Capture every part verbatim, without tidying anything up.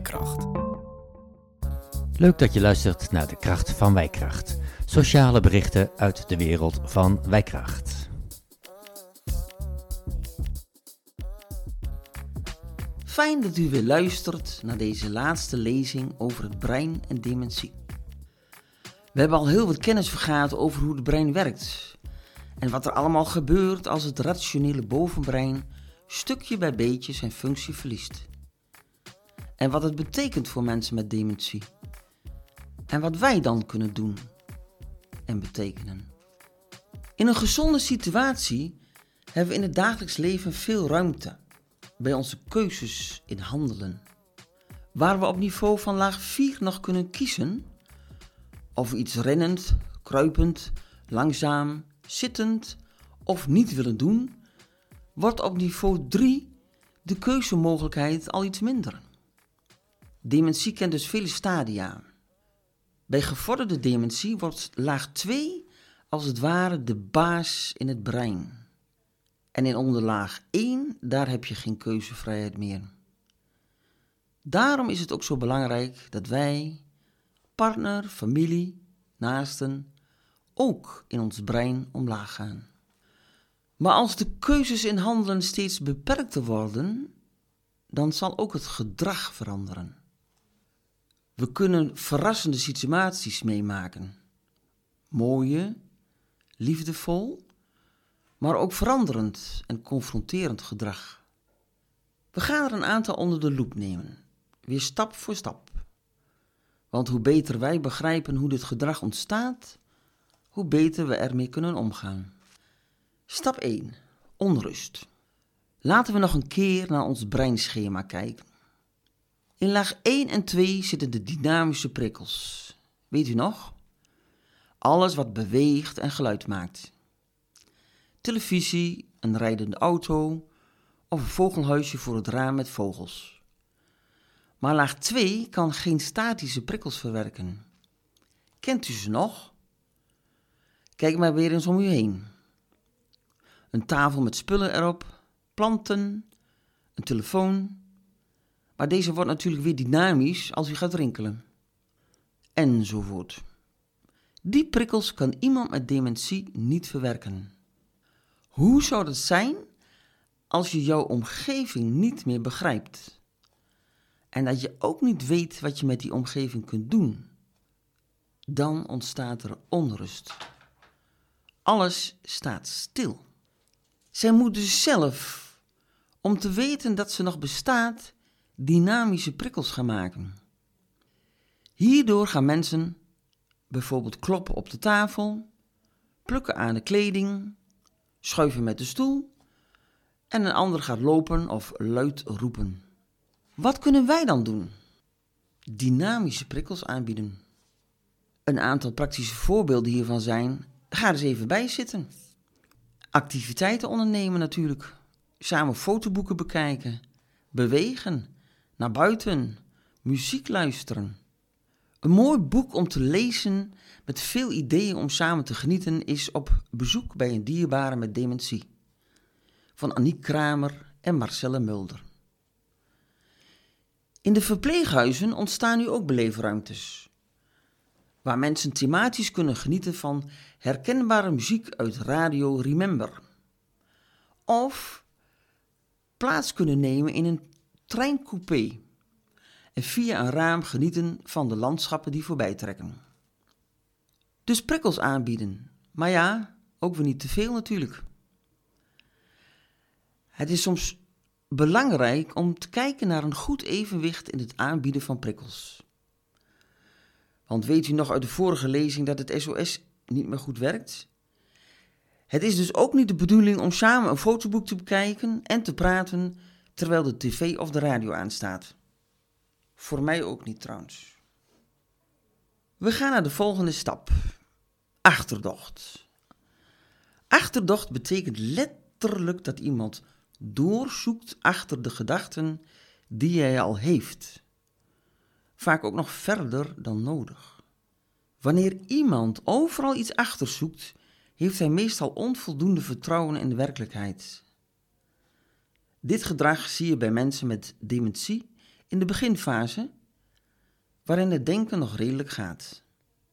Wijkracht. Leuk dat je luistert naar de kracht van Wijkracht. Sociale berichten uit de wereld van Wijkracht. Fijn dat u weer luistert naar deze laatste lezing over het brein en dementie. We hebben al heel wat kennis vergaard over hoe het brein werkt en wat er allemaal gebeurt als het rationele bovenbrein stukje bij beetje zijn functie verliest. En wat het betekent voor mensen met dementie. En wat wij dan kunnen doen en betekenen. In een gezonde situatie hebben we in het dagelijks leven veel ruimte bij onze keuzes in handelen. Waar we op niveau van laag vier nog kunnen kiezen of we iets rennend, kruipend, langzaam, zittend of niet willen doen, wordt op niveau drie de keuzemogelijkheid al iets minder. Dementie kent dus vele stadia. Bij gevorderde dementie wordt laag twee als het ware de baas in het brein. En in onderlaag één, daar heb je geen keuzevrijheid meer. Daarom is het ook zo belangrijk dat wij, partner, familie, naasten, ook in ons brein omlaag gaan. Maar als de keuzes in handelen steeds beperkter worden, dan zal ook het gedrag veranderen. We kunnen verrassende situaties meemaken. Mooie, liefdevol, maar ook veranderend en confronterend gedrag. We gaan er een aantal onder de loep nemen, weer stap voor stap. Want hoe beter wij begrijpen hoe dit gedrag ontstaat, hoe beter we ermee kunnen omgaan. Stap één. Onrust. Laten we nog een keer naar ons breinschema kijken. In laag één en twee zitten de dynamische prikkels. Weet u nog? Alles wat beweegt en geluid maakt. Televisie, een rijdende auto of een vogelhuisje voor het raam met vogels. Maar laag twee kan geen statische prikkels verwerken. Kent u ze nog? Kijk maar weer eens om u heen. Een tafel met spullen erop, planten, een telefoon. Maar deze wordt natuurlijk weer dynamisch als u gaat rinkelen. Enzovoort. Die prikkels kan iemand met dementie niet verwerken. Hoe zou het zijn als je jouw omgeving niet meer begrijpt? En dat je ook niet weet wat je met die omgeving kunt doen? Dan ontstaat er onrust. Alles staat stil. Zij moet dus zelf, om te weten dat ze nog bestaat, dynamische prikkels gaan maken. Hierdoor gaan mensen bijvoorbeeld kloppen op de tafel, plukken aan de kleding, schuiven met de stoel en een ander gaat lopen of luid roepen. Wat kunnen wij dan doen? Dynamische prikkels aanbieden. Een aantal praktische voorbeelden hiervan zijn: ga er eens even bij zitten. Activiteiten ondernemen natuurlijk. Samen fotoboeken bekijken. Bewegen. Naar buiten. Muziek luisteren. Een mooi boek om te lezen met veel ideeën om samen te genieten is Op bezoek bij een dierbare met dementie. Van Aniek Kramer en Marcelle Mulder. In de verpleeghuizen ontstaan nu ook beleefruimtes, waar mensen thematisch kunnen genieten van herkenbare muziek uit Radio Remember. Of plaats kunnen nemen in een treincoupé en via een raam genieten van de landschappen die voorbij trekken. Dus prikkels aanbieden, maar ja, ook weer niet te veel natuurlijk. Het is soms belangrijk om te kijken naar een goed evenwicht in het aanbieden van prikkels. Want weet u nog uit de vorige lezing dat het S O S niet meer goed werkt? Het is dus ook niet de bedoeling om samen een fotoboek te bekijken en te praten terwijl de tv of de radio aanstaat. Voor mij ook niet trouwens. We gaan naar de volgende stap. Achterdocht. Achterdocht betekent letterlijk dat iemand doorzoekt achter de gedachten die hij al heeft. Vaak ook nog verder dan nodig. Wanneer iemand overal iets achterzoekt, heeft hij meestal onvoldoende vertrouwen in de werkelijkheid. Dit gedrag zie je bij mensen met dementie in de beginfase, waarin het denken nog redelijk gaat.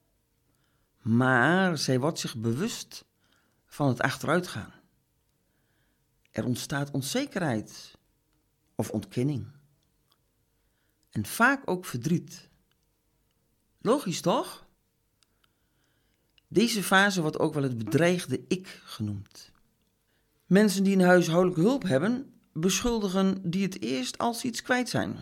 Maar zij wordt zich bewust van het achteruitgaan. Er ontstaat onzekerheid of ontkenning. En vaak ook verdriet. Logisch toch? Deze fase wordt ook wel het bedreigde ik genoemd. Mensen die een huishoudelijke hulp hebben, beschuldigen die het eerst als iets kwijt zijn.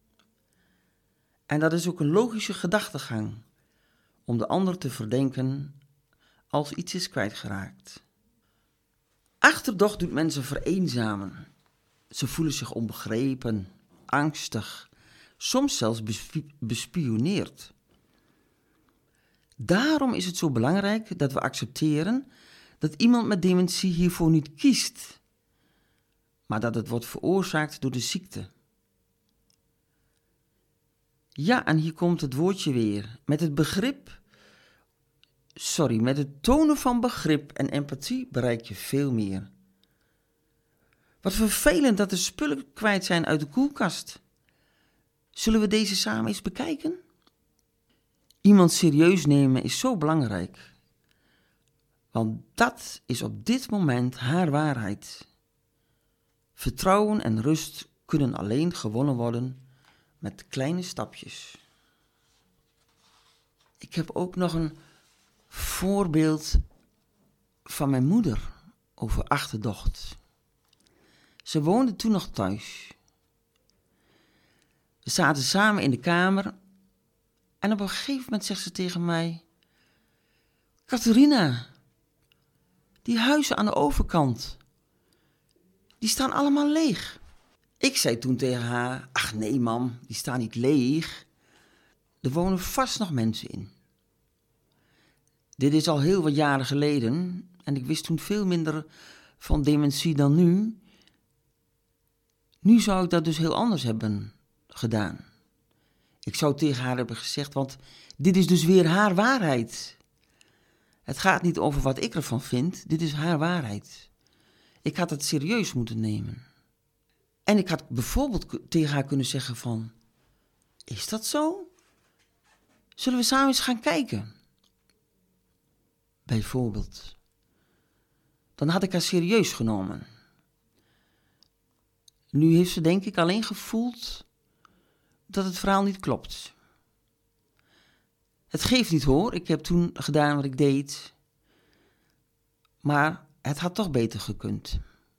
En dat is ook een logische gedachtegang, om de ander te verdenken als iets is kwijtgeraakt. Achterdocht doet mensen vereenzamen. Ze voelen zich onbegrepen, angstig, soms zelfs bespi- bespioneerd. Daarom is het zo belangrijk dat we accepteren dat iemand met dementie hiervoor niet kiest, maar dat het wordt veroorzaakt door de ziekte. Ja, en hier komt het woordje weer. Met het begrip, sorry, met het tonen van begrip en empathie bereik je veel meer. Wat vervelend dat de spullen kwijt zijn uit de koelkast. Zullen we deze samen eens bekijken? Iemand serieus nemen is zo belangrijk. Want dat is op dit moment haar waarheid. Vertrouwen en rust kunnen alleen gewonnen worden met kleine stapjes. Ik heb ook nog een voorbeeld van mijn moeder over achterdocht. Ze woonde toen nog thuis. We zaten samen in de kamer en op een gegeven moment zegt ze tegen mij: Catharina, die huizen aan de overkant, die staan allemaal leeg. Ik zei toen tegen haar: ach nee mam, die staan niet leeg. Er wonen vast nog mensen in. Dit is al heel wat jaren geleden en ik wist toen veel minder van dementie dan nu. Nu zou ik dat dus heel anders hebben gedaan. Ik zou tegen haar hebben gezegd, want dit is dus weer haar waarheid. Het gaat niet over wat ik ervan vind, dit is haar waarheid. Ik had het serieus moeten nemen. En ik had bijvoorbeeld tegen haar kunnen zeggen van: is dat zo? Zullen we samen eens gaan kijken? Bijvoorbeeld. Dan had ik haar serieus genomen. Nu heeft ze denk ik alleen gevoeld dat het verhaal niet klopt. Het geeft niet hoor, ik heb toen gedaan wat ik deed. Maar het had toch beter gekund.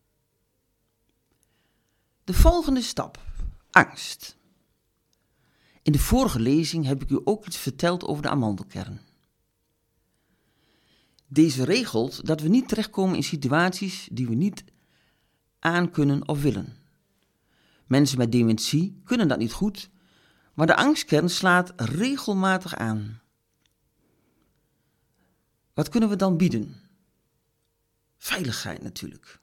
De volgende stap, angst. In de vorige lezing heb ik u ook iets verteld over de amandelkern. Deze regelt dat we niet terechtkomen in situaties die we niet aankunnen of willen. Mensen met dementie kunnen dat niet goed, maar de angstkern slaat regelmatig aan. Wat kunnen we dan bieden? Veiligheid natuurlijk.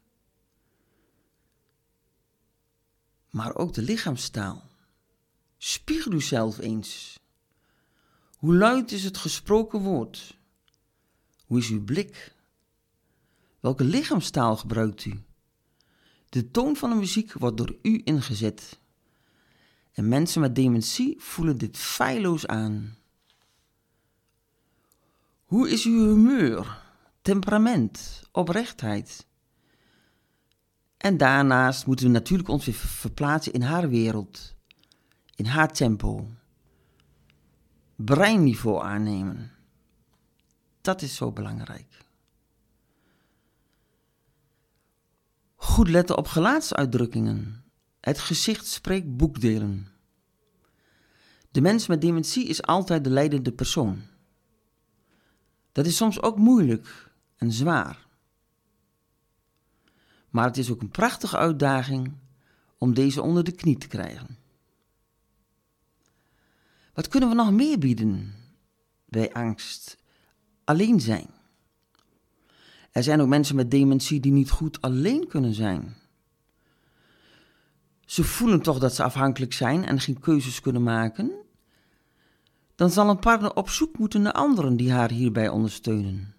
Maar ook de lichaamstaal. Spiegel uzelf eens. Hoe luid is het gesproken woord? Hoe is uw blik? Welke lichaamstaal gebruikt u? De toon van de muziek wordt door u ingezet. En mensen met dementie voelen dit feilloos aan. Hoe is uw humeur, temperament, oprechtheid? En daarnaast moeten we natuurlijk ons weer verplaatsen in haar wereld, in haar tempo. Breinniveau aannemen. Dat is zo belangrijk. Goed letten op gelaatsuitdrukkingen. Het gezicht spreekt boekdelen. De mens met dementie is altijd de leidende persoon. Dat is soms ook moeilijk en zwaar. Maar het is ook een prachtige uitdaging om deze onder de knie te krijgen. Wat kunnen we nog meer bieden bij angst? Alleen zijn. Er zijn ook mensen met dementie die niet goed alleen kunnen zijn. Ze voelen toch dat ze afhankelijk zijn en geen keuzes kunnen maken. Dan zal een partner op zoek moeten naar anderen die haar hierbij ondersteunen.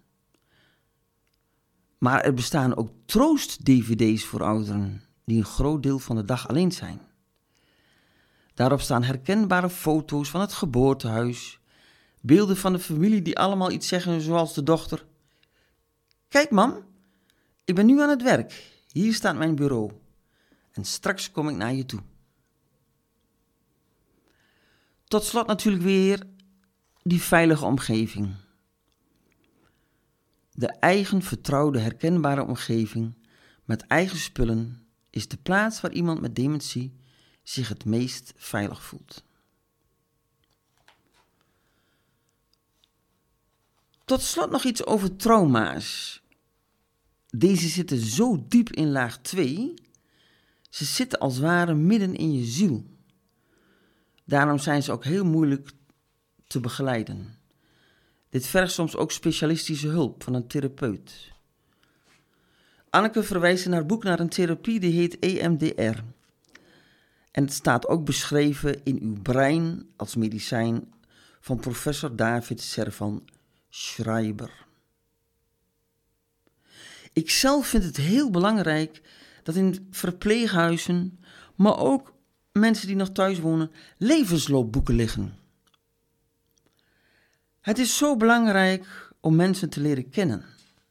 Maar er bestaan ook troost-D V D's voor ouderen die een groot deel van de dag alleen zijn. Daarop staan herkenbare foto's van het geboortehuis, beelden van de familie die allemaal iets zeggen, zoals de dochter: kijk mam, ik ben nu aan het werk, hier staat mijn bureau en straks kom ik naar je toe. Tot slot natuurlijk weer die veilige omgeving. De eigen vertrouwde herkenbare omgeving met eigen spullen is de plaats waar iemand met dementie zich het meest veilig voelt. Tot slot nog iets over trauma's. Deze zitten zo diep in laag twee, ze zitten als het ware midden in je ziel. Daarom zijn ze ook heel moeilijk te begeleiden. Dit vergt soms ook specialistische hulp van een therapeut. Anneke verwijst in haar boek naar een therapie die heet E M D R. En het staat ook beschreven in uw brein als medicijn van professor David Servan Schreiber. Ik zelf vind het heel belangrijk dat in verpleeghuizen, maar ook mensen die nog thuis wonen, levensloopboeken liggen. Het is zo belangrijk om mensen te leren kennen.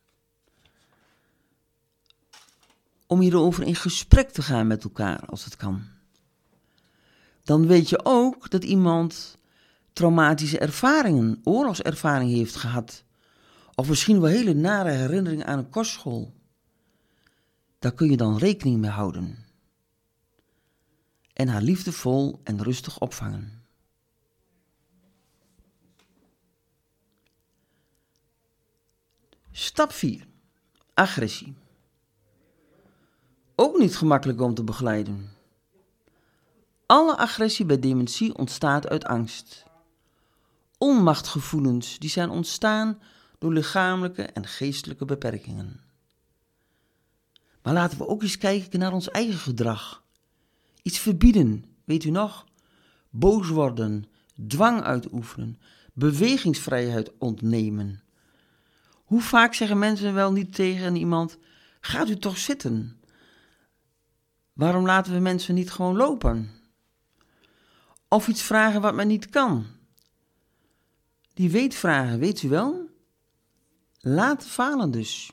Om hierover in gesprek te gaan met elkaar als het kan. Dan weet je ook dat iemand traumatische ervaringen, oorlogservaring heeft gehad. Of misschien wel hele nare herinneringen aan een kostschool. Daar kun je dan rekening mee houden. En haar liefdevol en rustig opvangen. Stap vier. Agressie. Ook niet gemakkelijk om te begeleiden. Alle agressie bij dementie ontstaat uit angst. Onmachtgevoelens die zijn ontstaan door lichamelijke en geestelijke beperkingen. Maar laten we ook eens kijken naar ons eigen gedrag. Iets verbieden, weet u nog? Boos worden, dwang uitoefenen, bewegingsvrijheid ontnemen. Hoe vaak zeggen mensen wel niet tegen iemand: gaat u toch zitten? Waarom laten we mensen niet gewoon lopen? Of iets vragen wat men niet kan. Die weet-vragen, weet u wel? Laat falen dus.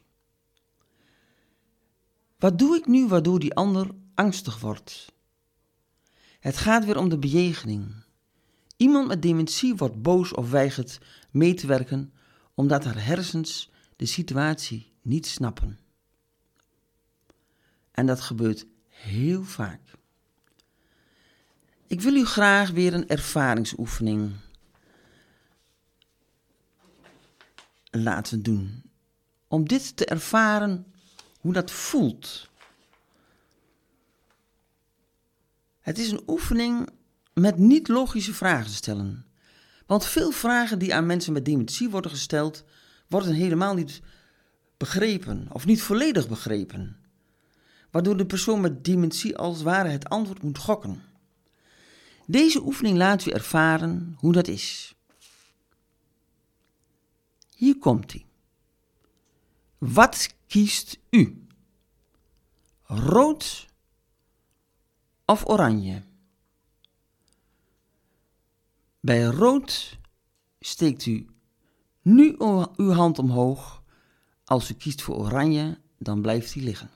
Wat doe ik nu waardoor die ander angstig wordt? Het gaat weer om de bejegening. Iemand met dementie wordt boos of weigert mee te werken omdat haar hersens de situatie niet snappen. En dat gebeurt heel vaak. Ik wil u graag weer een ervaringsoefening laten doen. Om dit te ervaren, hoe dat voelt. Het is een oefening met niet logische vragen te stellen. Want veel vragen die aan mensen met dementie worden gesteld, worden helemaal niet begrepen of niet volledig begrepen. Waardoor de persoon met dementie als het ware het antwoord moet gokken. Deze oefening laat u ervaren hoe dat is. Hier komt ie. Wat kiest u? Rood of oranje? Bij rood steekt u nu uw hand omhoog. Als u kiest voor oranje, dan blijft die liggen.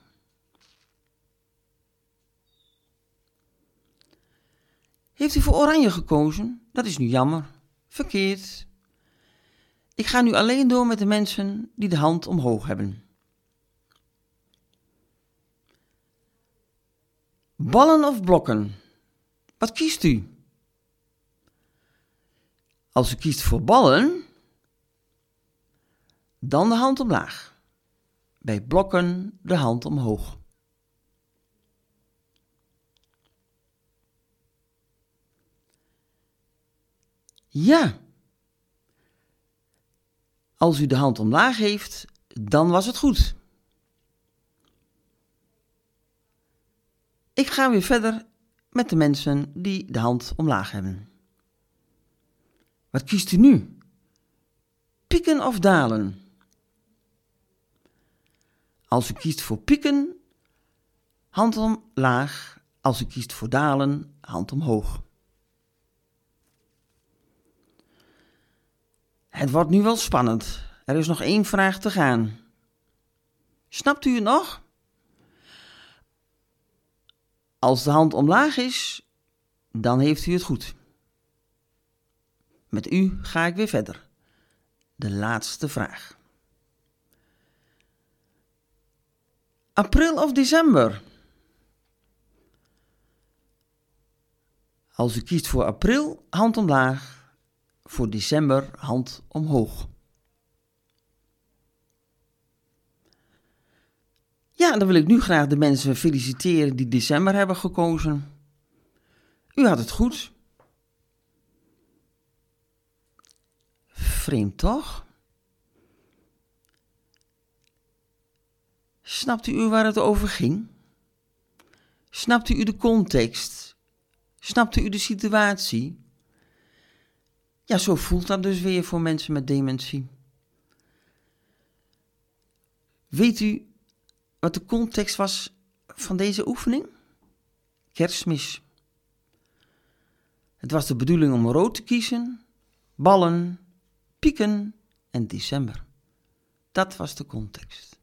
Heeft u voor oranje gekozen? Dat is nu jammer. Verkeerd. Ik ga nu alleen door met de mensen die de hand omhoog hebben. Ballen of blokken? Wat kiest u? Als u kiest voor ballen, dan de hand omlaag. Bij blokken de hand omhoog. Ja. Als u de hand omlaag heeft, dan was het goed. Ik ga weer verder met de mensen die de hand omlaag hebben. Wat kiest u nu? Pieken of dalen? Als u kiest voor pieken, hand omlaag. Als u kiest voor dalen, hand omhoog. Het wordt nu wel spannend. Er is nog één vraag te gaan. Snapt u het nog? Als de hand omlaag is, dan heeft u het goed. Met u ga ik weer verder. De laatste vraag. April of december? Als u kiest voor april, hand omlaag. Voor december, hand omhoog. Ja, dan wil ik nu graag de mensen feliciteren die december hebben gekozen. U had het goed. Vreemd toch? Snapt u waar het over ging? Snapt u de context? Snapt u de situatie? Ja, zo voelt dat dus weer voor mensen met dementie. Weet u wat de context was van deze oefening? Kerstmis. Het was de bedoeling om rood te kiezen, ballen, pieken en december. Dat was de context.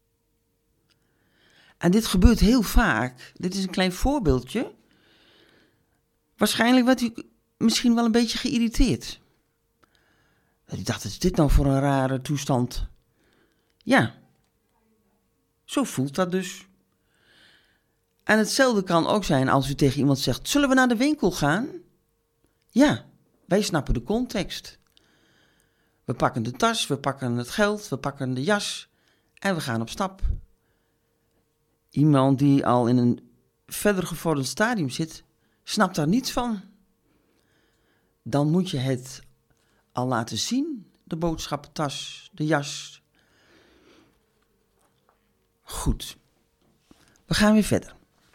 En dit gebeurt heel vaak. Dit is een klein voorbeeldje. Waarschijnlijk werd u misschien wel een beetje geïrriteerd. Ik dacht, wat is dit nou voor een rare toestand? Ja, zo voelt dat dus. En hetzelfde kan ook zijn als u tegen iemand zegt, zullen we naar de winkel gaan? Ja, wij snappen de context. We pakken de tas, we pakken het geld, we pakken de jas en we gaan op stap. Iemand die al in een verder gevorderd stadium zit, snapt daar niets van. Dan moet je het al laten zien, de boodschappentas, de jas. Goed, we gaan weer verder.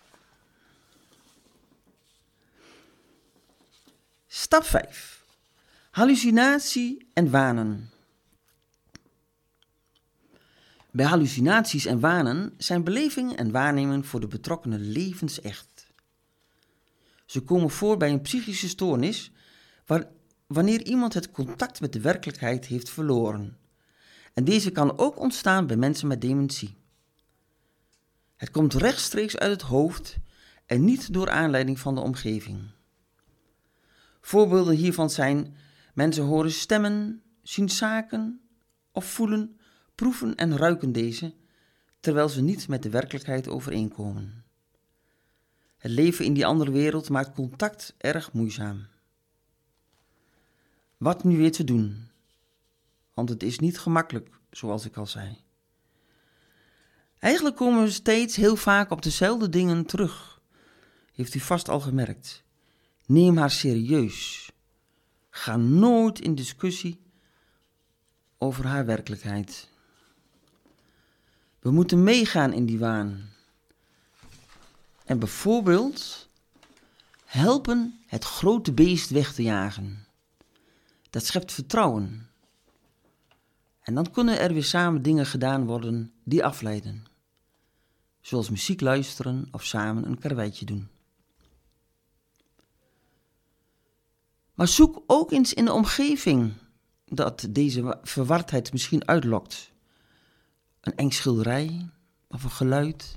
Stap vijf. Hallucinatie en wanen. Bij hallucinaties en wanen zijn belevingen en waarnemingen voor de betrokkenen levensecht. Ze komen voor bij een psychische stoornis waar, wanneer iemand het contact met de werkelijkheid heeft verloren. En deze kan ook ontstaan bij mensen met dementie. Het komt rechtstreeks uit het hoofd en niet door aanleiding van de omgeving. Voorbeelden hiervan zijn: mensen horen stemmen, zien zaken of voelen, proeven en ruiken deze, terwijl ze niet met de werkelijkheid overeenkomen. Het leven in die andere wereld maakt contact erg moeizaam. Wat nu weer te doen? Want het is niet gemakkelijk, zoals ik al zei. Eigenlijk komen we steeds heel vaak op dezelfde dingen terug. Heeft u vast al gemerkt. Neem haar serieus. Ga nooit in discussie over haar werkelijkheid. We moeten meegaan in die waan. En bijvoorbeeld helpen het grote beest weg te jagen. Dat schept vertrouwen. En dan kunnen er weer samen dingen gedaan worden die afleiden. Zoals muziek luisteren of samen een karweitje doen. Maar zoek ook eens in de omgeving dat deze verwardheid misschien uitlokt. Een eng schilderij of een geluid.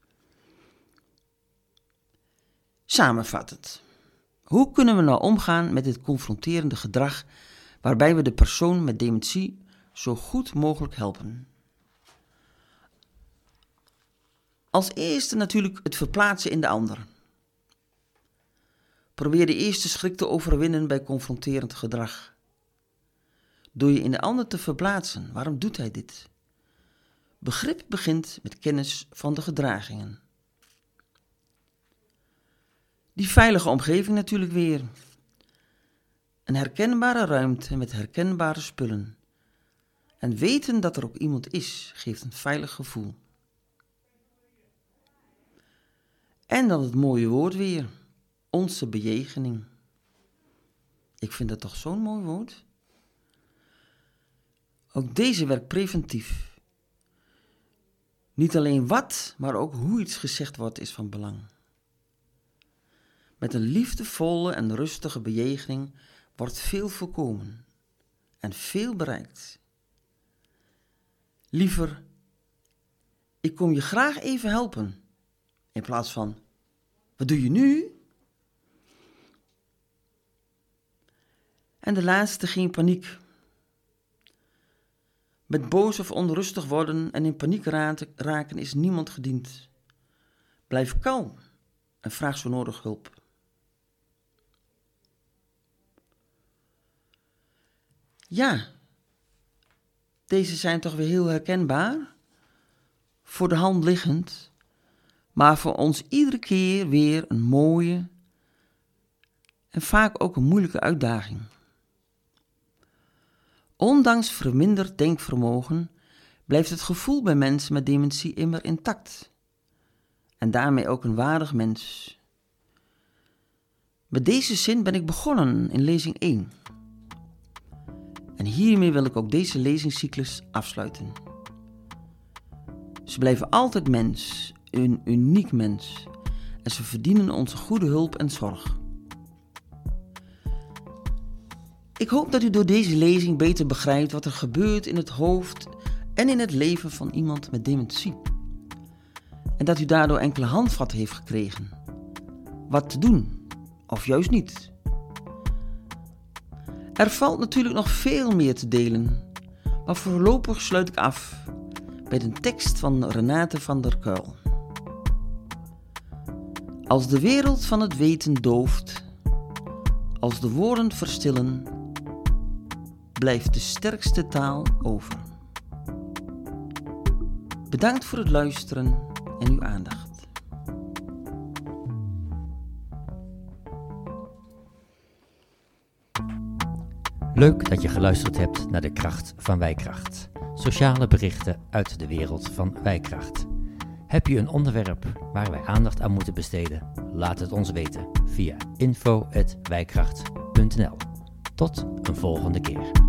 Samenvattend. Hoe kunnen we nou omgaan met dit confronterende gedrag waarbij we de persoon met dementie zo goed mogelijk helpen? Als eerste natuurlijk het verplaatsen in de ander. Probeer de eerste schrik te overwinnen bij confronterend gedrag. Door je in de ander te verplaatsen, waarom doet hij dit? Begrip begint met kennis van de gedragingen. Die veilige omgeving natuurlijk weer. Een herkenbare ruimte met herkenbare spullen. En weten dat er ook iemand is, geeft een veilig gevoel. En dan het mooie woord weer. Onze bejegening. Ik vind dat toch zo'n mooi woord. Ook deze werkt preventief. Niet alleen wat, maar ook hoe iets gezegd wordt is van belang. Met een liefdevolle en rustige bejegening wordt veel voorkomen. en veel bereikt. Liever, ik kom je graag even helpen, in plaats van, wat doe je nu? En de laatste ging in paniek. Met boos of onrustig worden en in paniek raken is niemand gediend. Blijf kalm en vraag zo nodig hulp. Ja, deze zijn toch weer heel herkenbaar, voor de hand liggend, maar voor ons iedere keer weer een mooie en vaak ook een moeilijke uitdaging. Ondanks verminderd denkvermogen blijft het gevoel bij mensen met dementie immer intact en daarmee ook een waardig mens. Met deze zin ben ik begonnen in lezing één. En hiermee wil ik ook deze lezingscyclus afsluiten. Ze blijven altijd mens, een uniek mens, en ze verdienen onze goede hulp en zorg. Ik hoop dat u door deze lezing beter begrijpt wat er gebeurt in het hoofd en in het leven van iemand met dementie. En dat u daardoor enkele handvatten heeft gekregen. Wat te doen, of juist niet. Er valt natuurlijk nog veel meer te delen, maar voorlopig sluit ik af met een tekst van Renate van der Kuil. Als de wereld van het weten dooft, als de woorden verstillen, blijft de sterkste taal over. Bedankt voor het luisteren en uw aandacht. Leuk dat je geluisterd hebt naar de kracht van Wijkracht. Sociale berichten uit de wereld van Wijkracht. Heb je een onderwerp waar wij aandacht aan moeten besteden? Laat het ons weten via info at wijkracht punt n l. Tot een volgende keer.